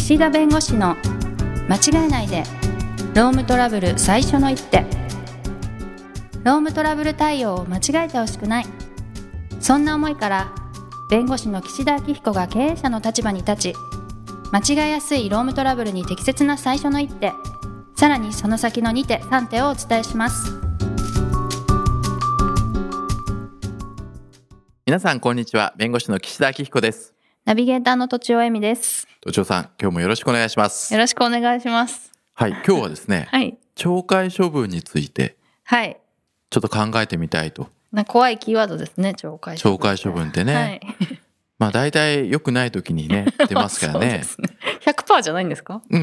岸田弁護士の間違えないでロームトラブル最初の一手。ロームトラブル対応を間違えてほしくない、そんな思いから弁護士の岸田明彦が経営者の立場に立ち、間違えやすいロームトラブルに適切な最初の一手、さらにその先の2手3手をお伝えします。 皆さんこんにちは。弁護士の岸田明彦です。 ナビゲーターのとちおえみです。 とちおさん、今日もよろしくお願いします。 よろしくお願いします。 はい、今日はですね、 はい、 懲戒処分についてはい、 ちょっと考えてみたいと。 怖いキーワードですね、懲戒処分。 懲戒処分ってね、 はい、 まあ大体良くない時にね出ますからね。 そうですね。100% じゃないんですか？ いや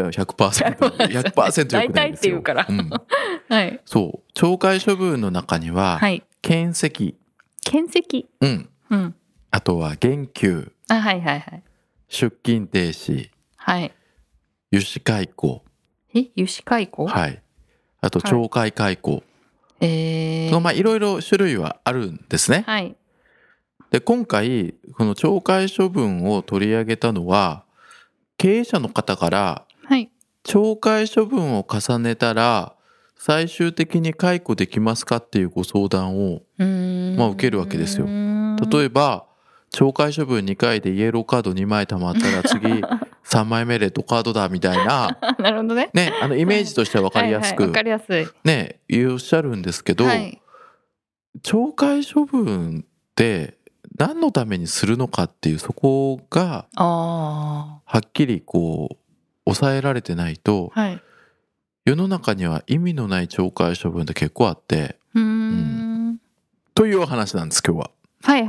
100% 良くないですよ。 大体っていうから、はい、 そう、懲戒処分の中には、 はい、 検責、あとは減給、 はいはいはい、 出勤停止、 はい、 諭旨解雇、 諭旨解雇、 はい、あと懲戒解雇、まあいろいろ種類はあるんですね。 はい。 で今回この懲戒処分を取り上げたのは、経営者の方から、 はい、 懲戒処分を重ねたら最終的に解雇できますかっていうご相談を受けるわけですよ。例えば懲戒処分2回でイエローカード2枚貯まったら次3枚目レッドカードだみたいななるほどね。 イメージとしては分かりやすく、 分かりやすいね、おっしゃるんですけど、 はい、 懲戒処分って何のためにするのかっていう、そこがはっきり抑えられてないと、 はい、 世の中には意味のない懲戒処分って結構あって、というお話なんです今日は。はい。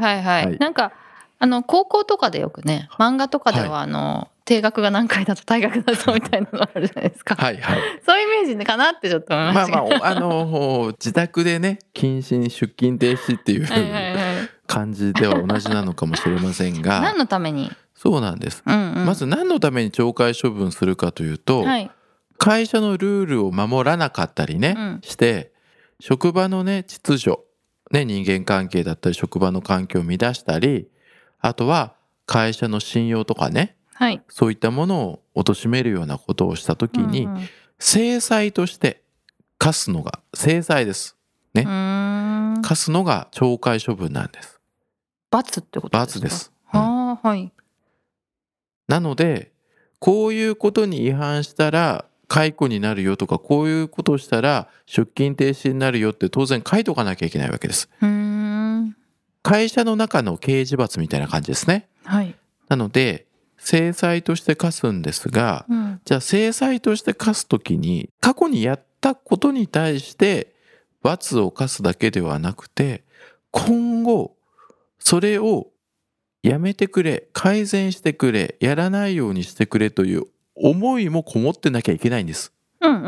なんか高校とかでよくね、漫画とかでは定額が何回だと退学だぞみたいなのあるじゃないですか。はいはい。そういうイメージかなってちょっと思いました。 自宅でね、謹慎出勤停止っていう感じでは同じなのかもしれませんが何のために？ そうなんです、まず何のために懲戒処分するかというと、会社のルールを守らなかったりね、して職場のね秩序、人間関係だったり職場の環境を乱したり、あとは会社の信用とかね、そういったものを貶めるようなことをしたときに、制裁として科すのが制裁ですね。科すのが懲戒処分なんです。 罰ってことですか？ 罰です。 はい。 なのでこういうことに違反したら解雇になるよとか、こういうことをしたら出勤停止になるよって当然書いとかなきゃいけないわけです。会社の中の刑事罰みたいな感じですね。なので制裁として科すんですが、じゃあ制裁として科すときに過去にやったことに対して罰を科すだけではなくて、今後それをやめてくれ、改善してくれ、やらないようにしてくれという思いもこもってなきゃいけないんです。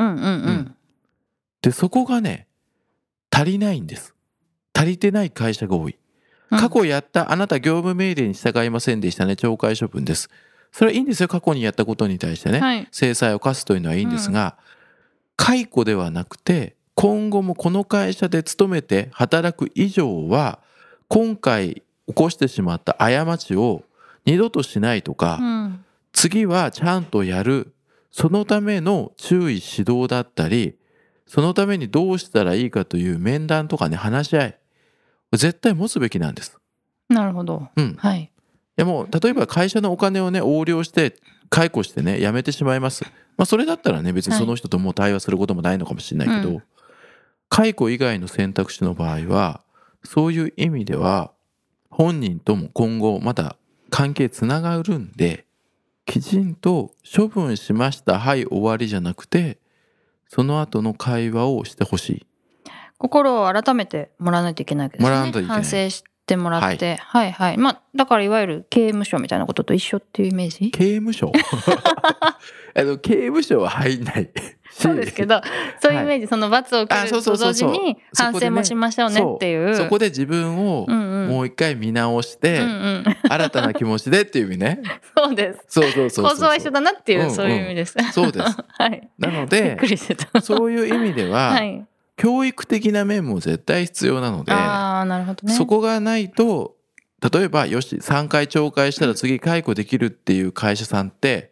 でそこがね足りないんです。足りてない会社が多い。過去やったあなた業務命令に従いませんでしたね、懲戒処分です。それはいいんですよ。過去にやったことに対してね、制裁を科すというのはいいんですが、解雇ではなくて今後もこの会社で勤めて働く以上は今回起こしてしまった過ちを二度としないとか、次はちゃんとやる、そのための注意指導だったり、そのためにどうしたらいいかという面談とかね、話し合い絶対持つべきなんです。 なるほど。はい。 いやもう例えば会社のお金をね横領して解雇してね辞めてしまいます。それだったらね別にその人ともう対話することもないのかもしれないけど、解雇以外の選択肢の場合はそういう意味では本人とも今後また関係つながるんで、きちんと処分しましたはい終わりじゃなくて、その後の会話をしてほしい。 心を改めてもらわないといけないわけですね。反省してもらって、だからいわゆる刑務所みたいなことと一緒っていうイメージ？ 刑務所刑務所は入んないそうですけど、そういうイメージ、その罰を受けると同時に反省もしましょうねっていう、 そこで自分をもう一回見直して、新たな気持ちでっていう意味ね。 そうです。構造は一緒だなっていう、そういう意味です。 そうです。なのでそういう意味では、教育的な面も絶対必要なので、 なるほどね。 そこがないと、例えばよし3回懲戒したら次解雇できるっていう会社さんって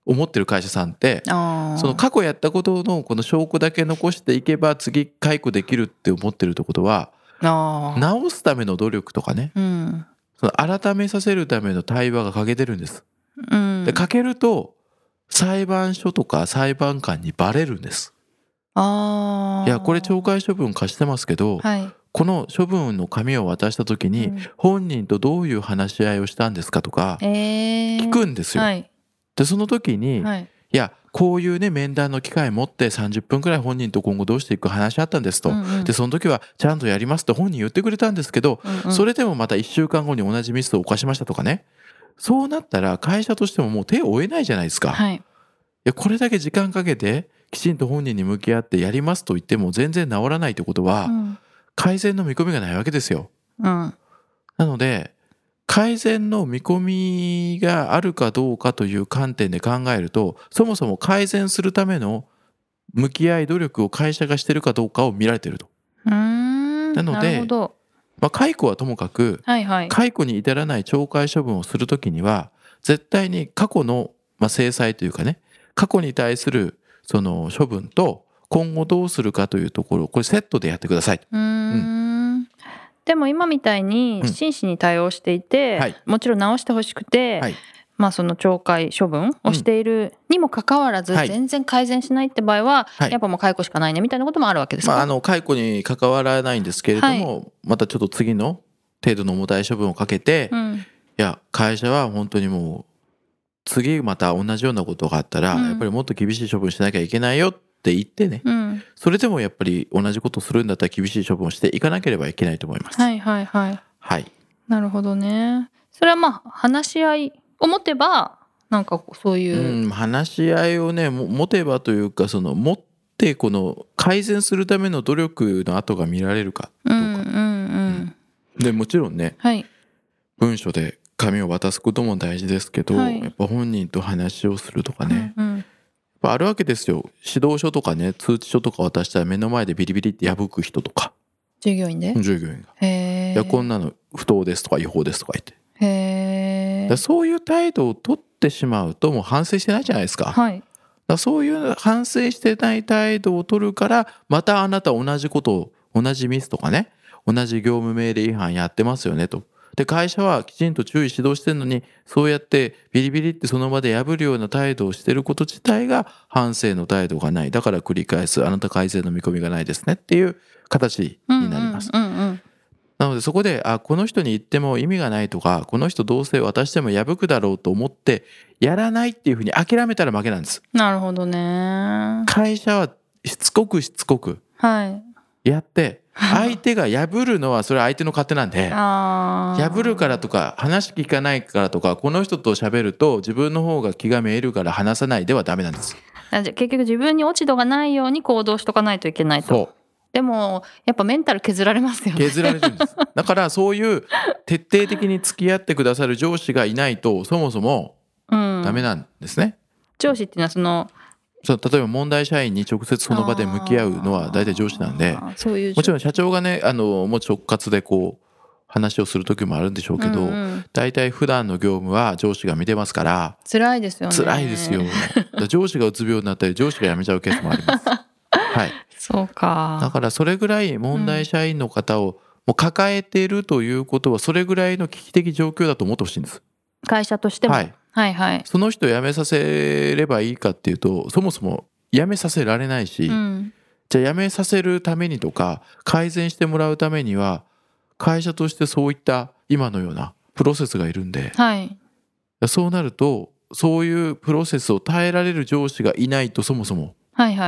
思ってる会社さんってあーその過去やったことのこの証拠だけ残していけば次解雇できるって思ってるってことはあー直すための努力とかねうんその改めさせるための対話が欠けてるんです。 うんで欠けると裁判所とか裁判官にバレるんです。 あーいやこれ懲戒処分貸してますけど、 はいこの処分の紙を渡した時に本人とどういう話し合いをしたんですかとか聞くんですよ。 はいでその時に、 はいいやこういうね面談の機会持って30分くらい本人と今後どうしていくか話し合ったんですと、 うんうんでその時はちゃんとやりますと本人言ってくれたんですけど、 うんうんそれでもまた1週間後に同じミスを犯しましたとかね、そうなったら会社としてももう手を負えないじゃないですか。 はいいやこれだけ時間かけてきちんと本人に向き合ってやりますと言っても全然治らないってことは、 うん改善の見込みがないわけですよ。 うんなので改善の見込みがあるかどうかという観点で考えるとそもそも改善するための向き合い努力を会社がしてるかどうかを見られてると。なのでなるほど解雇はともかくはいはい解雇に至らない懲戒処分をするときには絶対に過去の制裁というかね過去に対するその処分と今後どうするかというところこれセットでやってください。 でも今みたいに真摯に対応していて、 はいもちろん直してほしくて、 はいその懲戒処分をしているにもかかわらず、 はい全然改善しないって場合は、 はいやっぱもう解雇しかないねみたいなこともあるわけですか？ 解雇に関わらないんですけれども、またちょっと次の程度の重たい処分をかけて、いや会社は本当にもう次また同じようなことがあったら、やっぱりもっと厳しい処分しなきゃいけないよって言ってね、それでもやっぱり同じことをするんだったら厳しい処分をしていかなければいけないと思います。 はいはいはいはいなるほどね。それは話し合いを持てばなんかそういう、 話し合いをね持てばというかその持ってこの改善するための努力の跡が見られるかどうか、でもちろんね、 はい文書で紙を渡すことも大事ですけど、 はいやっぱ本人と話をするとかね、 うんうんやっぱあるわけですよ。指導書とかね通知書とか渡したら目の前でビリビリって破く人とか従業員で、 従業員がへいやこんなの不当ですとか違法ですとか言ってへだそういう態度を取ってしまうともう反省してないじゃないですか。 はいだそういう反省してない態度を取るからまたあなた同じことを同じミスとかね同じ業務命令違反やってますよねと。で会社はきちんと注意指導してるのにそうやってビリビリってその場で破るような態度をしてること自体が反省の態度がない。だから繰り返すあなた改善の見込みがないですねっていう形になります。なのでそこでこの人に言っても意味がないとかこの人どうせ渡しても破くだろうと思ってやらないっていうふうに諦めたら負けなんです。 なるほどね。 会社はしつこくはいやって相手が破るのはそれは相手の勝手なんで破るからとか話聞かないからとかこの人と喋ると自分の方が気がめいるから話さないではダメなんです。 じゃあ結局自分に落ち度がないように行動しとかないといけないと。 そうでもやっぱメンタル削られますよね。 削られるんですだからそういう徹底的に付き合ってくださる上司がいないとそもそもダメなんですね。 上司っていうのはその例えば問題社員に直接その場で向き合うのは大体上司なんでそういうもちろん社長がねもう直轄でこう話をする時もあるんでしょうけど、大体普段の業務は上司が見てますから辛いですよね。 辛いですよ上司がうつ病になったり上司が辞めちゃうケースもありますはいそうか。 だからそれぐらい問題社員の方をもう抱えているということはそれぐらいの危機的状況だと思ってほしいんです。 会社としても、 はいはいその人を辞めさせればいいかっていうとそもそも辞めさせられないし、じゃあ辞めさせるためにとか改善してもらうためには会社としてそういった今のようなプロセスがいるんで、そうなるとそういうプロセスを耐えられる上司がいないとそもそも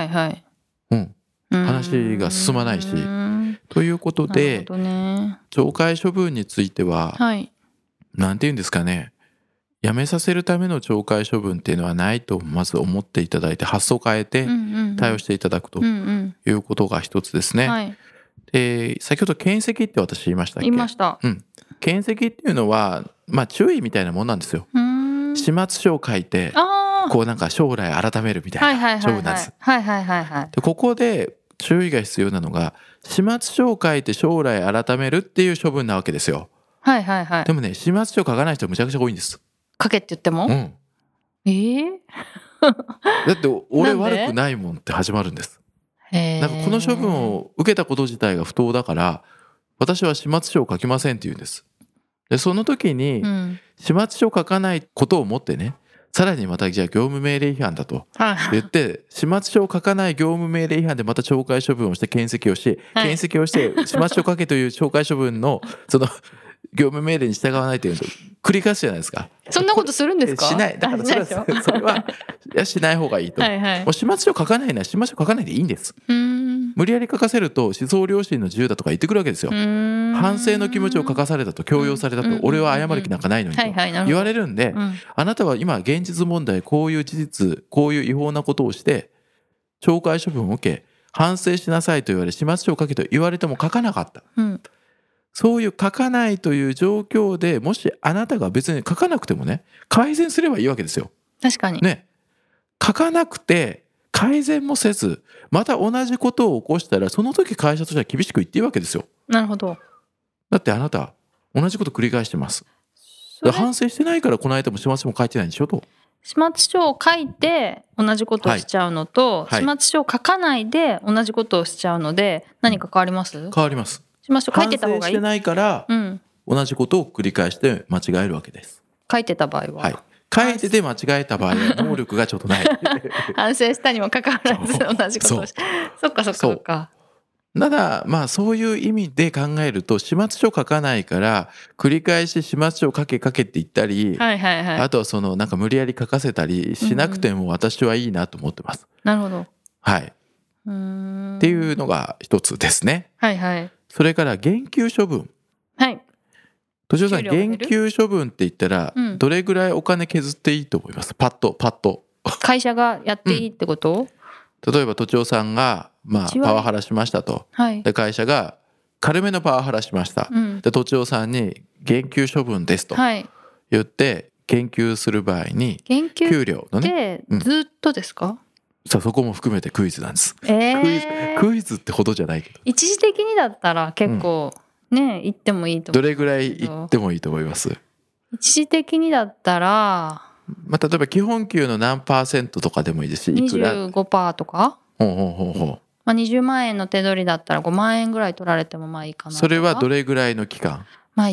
話が進まないしということで、懲戒処分については、なんていうんですかね辞めさせるための懲戒処分っていうのはないとまず思っていただいて発想を変えて対応していただくということが一つですね。で先ほど検責って私言いましたっけ？ 言いました。 検責っていうのは注意みたいなもんなんですよ。始末書を書いてこうなんか将来改めるみたいな処分なんです。でここで注意が必要なのが始末書を書いて将来改めるっていう処分なわけですよ。でもね始末書書かない人むちゃくちゃ多いんです。 書けって言っても、 だって俺なんで悪くないもんって始まるんです。 へーなんかこの処分を受けたこと自体が不当だから私は始末書を書きませんって言うんです。でその時にうん始末書を書かないことをもってね、さらにまたじゃあ業務命令違反だとはい言って始末書を書かない業務命令違反でまた懲戒処分をして検責をし、 はい検責をして始末書を書けという懲戒処分のその業務命令に従わないというのを繰り返すじゃないですか。 そんなことするんですか？ しない。だからそれはあしないでしょそれはいやしない方がいいと。 はいはいもう始末書書かないなら始末書書かないでいいんです。無理やり書かせると思想良心の自由だとか言ってくるわけですよ。反省の気持ちを書かされたと強要されたと、俺は謝る気なんかないのにと言われるんで、あなたは今現実問題こういう事実こういう違法なことをして懲戒処分を受け反省しなさいと言われ始末書を書けと言われても書かなかった、そういう書かないという状況でもしあなたが別に書かなくてもね改善すればいいわけですよ。 確かにね、書かなくて改善もせずまた同じことを起こしたらその時会社としては厳しく言っていいわけですよ。 なるほど。 だってあなた同じこと繰り返してます。 それ反省してないからこの間も始末書も書いてないんでしょと。 始末書を書いて同じことをしちゃうのと、 はい始末書を書かないで同じことをしちゃうので何か変わります？ 変わります。 始末書書いてた方がいい反省して。ないから同じことを繰り返して間違えるわけです。 書いてた場合は、 はい、書いてて間違えた場合は能力がちょっとない反省したにもかかわらず同じことをしそっかそっかそっか。 ただまあそういう意味で考えると始末書書かないから繰り返し始末書を書けって言ったり、 はいはいはい。 あとはそのなんか無理やり書かせたりしなくても私はいいなと思ってます。 なるほど。 はい。っていうのが一つですね。 はいはい。 それから減給処分。 はい。 としおさん給料が減る減給処分って言ったらどれぐらいお金削っていいと思います？パッと会社がやっていいってこと？ 例えばとちおさんがまあ 1割パワハラしましたと。 はい。 で会社が軽めのパワハラしました。でとちおさんに減給処分ですとはい。 言って減給する場合に減給給料のっね、 てずっとですか？ さあそこも含めてクイズなんです。クイズってほどじゃないけど一時的にだったら結構ね、言ってもいいと思う。 どれぐらい言ってもいいと思います？ 一時的にだったらまあ、例えば基本給の何%とかでもいいですしいくら 25%とか、 ほうほうほうほうまあ、20万円の手取りだったら5万円ぐらい取られてもまあいいかなとか。 それはどれぐらいの期間？ まあ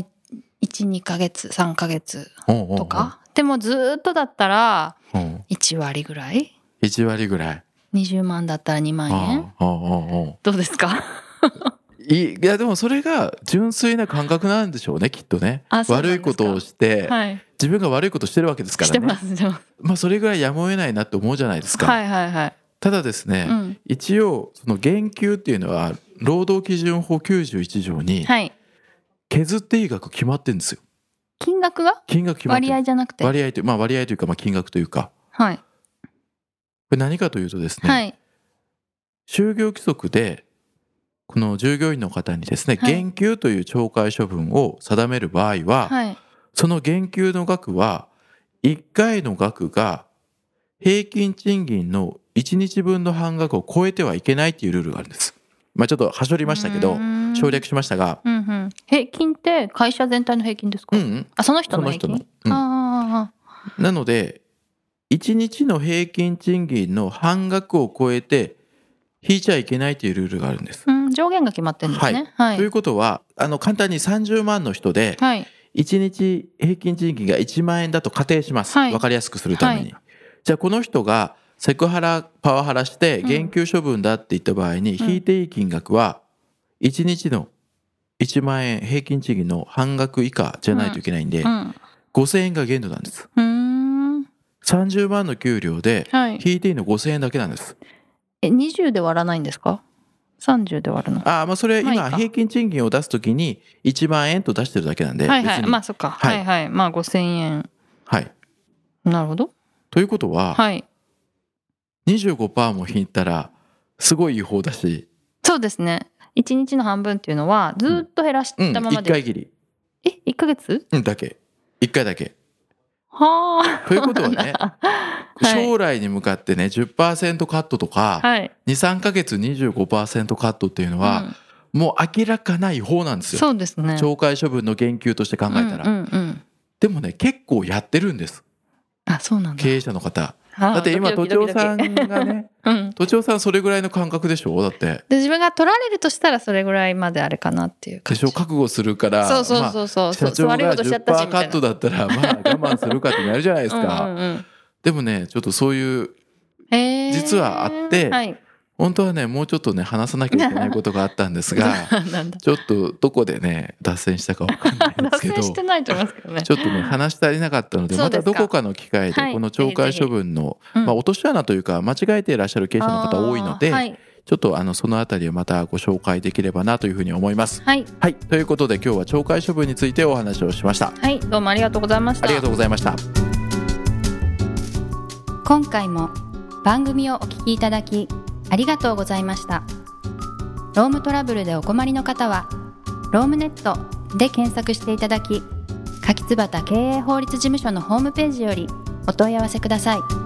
12ヶ月3ヶ月ほうほうほうとか。でもずっとだったらほう 1割ぐらい、 1割ぐらい。 20万だったら2万円。 ほうほうほどうですか？ ういやでもそれが純粋な感覚なんでしょうねきっとね。 あそうなんですか悪いことをして、 はい。 自分が悪いことしてるわけですかしてらね。 ますしてます。 まあそれぐらいやむを得ないなって思うじゃないですか。 はいはいはい。 ただですね、 うん一応その減給っていうのは労働基準法91条にはい。 削っていい額決まってるんですよ。 金額が金額決まってる。 割合じゃなくて。 割合というまあ割合というかまあ金額というかはい。 これ何かというとですね、 はい。 就業規則でこの従業員の方にですね、 はい減給という懲戒処分を定める場合は、 はい。 その減給の額は1回の額が平均賃金の1日分の半額を超えてはいけないっていうルールがあるんです。まあちょっとはしょりましたけど省略しましたが、 うんうん。平均って会社全体の平均ですか？あ、その人の平均。 その人のあなので1日の平均賃金の半額を超えて引いちゃいけないというルールがあるんです。 上限が決まってるんですね。はい。 ということは簡単に30万の人ではい。 1日平均賃金が1万円だと仮定します。 はい分かりやすくするために。 はじゃあこの人がセクハラパワハラして減給処分だって言った場合に引いていい金額は1日の1万円平均賃金の半額以下じゃないといけないんで5000円が限度なんです。30万の給料で引いていいの5000円だけなんです。 20で割らないんですか？30で割るの？ まあそれ今まあいいか平均賃金を出すときに1万円と出してるだけなんではいはい。 別にまあそっか。 はいはいはい。まあ5000円。 はい。 なるほど。 ということははい。 25% も引いたらすごい違法だし、 そうですね。1日の半分っていうのはずっと減らしたまま 1 で。 回きり 1ヶ月？ だけ1回だけはあ。 ということはねはい将来に向かってね 10% カットとかはい。 23ヶ月 25% カットっていうのはもう明らかな違法なんですよ。 そうですね。 懲戒処分の減給として考えたら、 うんうんうん。 でもね結構やってるんです。 あ、そうなんだ。 経営者の方。だって今都庁さんがね、都庁さんそれぐらいの感覚でしょ。だってで自分が取られるとしたらそれぐらいまであれかなっていう感じでしょ。覚悟するから、 そう、 社長が 10% カットだったらまあ我慢するかってなるじゃないですか。でもねちょっとそういう実はあって、はい、本当はねもうちょっとね話さなきゃいけないことがあったんですがちょっとどこでね脱線したか分かんないんですけど脱線してないと思いますけどね。 ちょっとね話し足りなかったのでまたどこかの機会でこの懲戒処分の、落とし穴というか間違えていらっしゃる経営者の方多いので、はい、ちょっとそのあたりをまたご紹介できればなというふうに思います。はい、はい、ということで今日は懲戒処分についてお話をしました。 はい、どうもありがとうございました。 ありがとうございました。 今回も番組をお聞きいただきありがとうございました。ロームトラブルでお困りの方はロームネットで検索していただき、柿椿経営法律事務所のホームページよりお問い合わせください。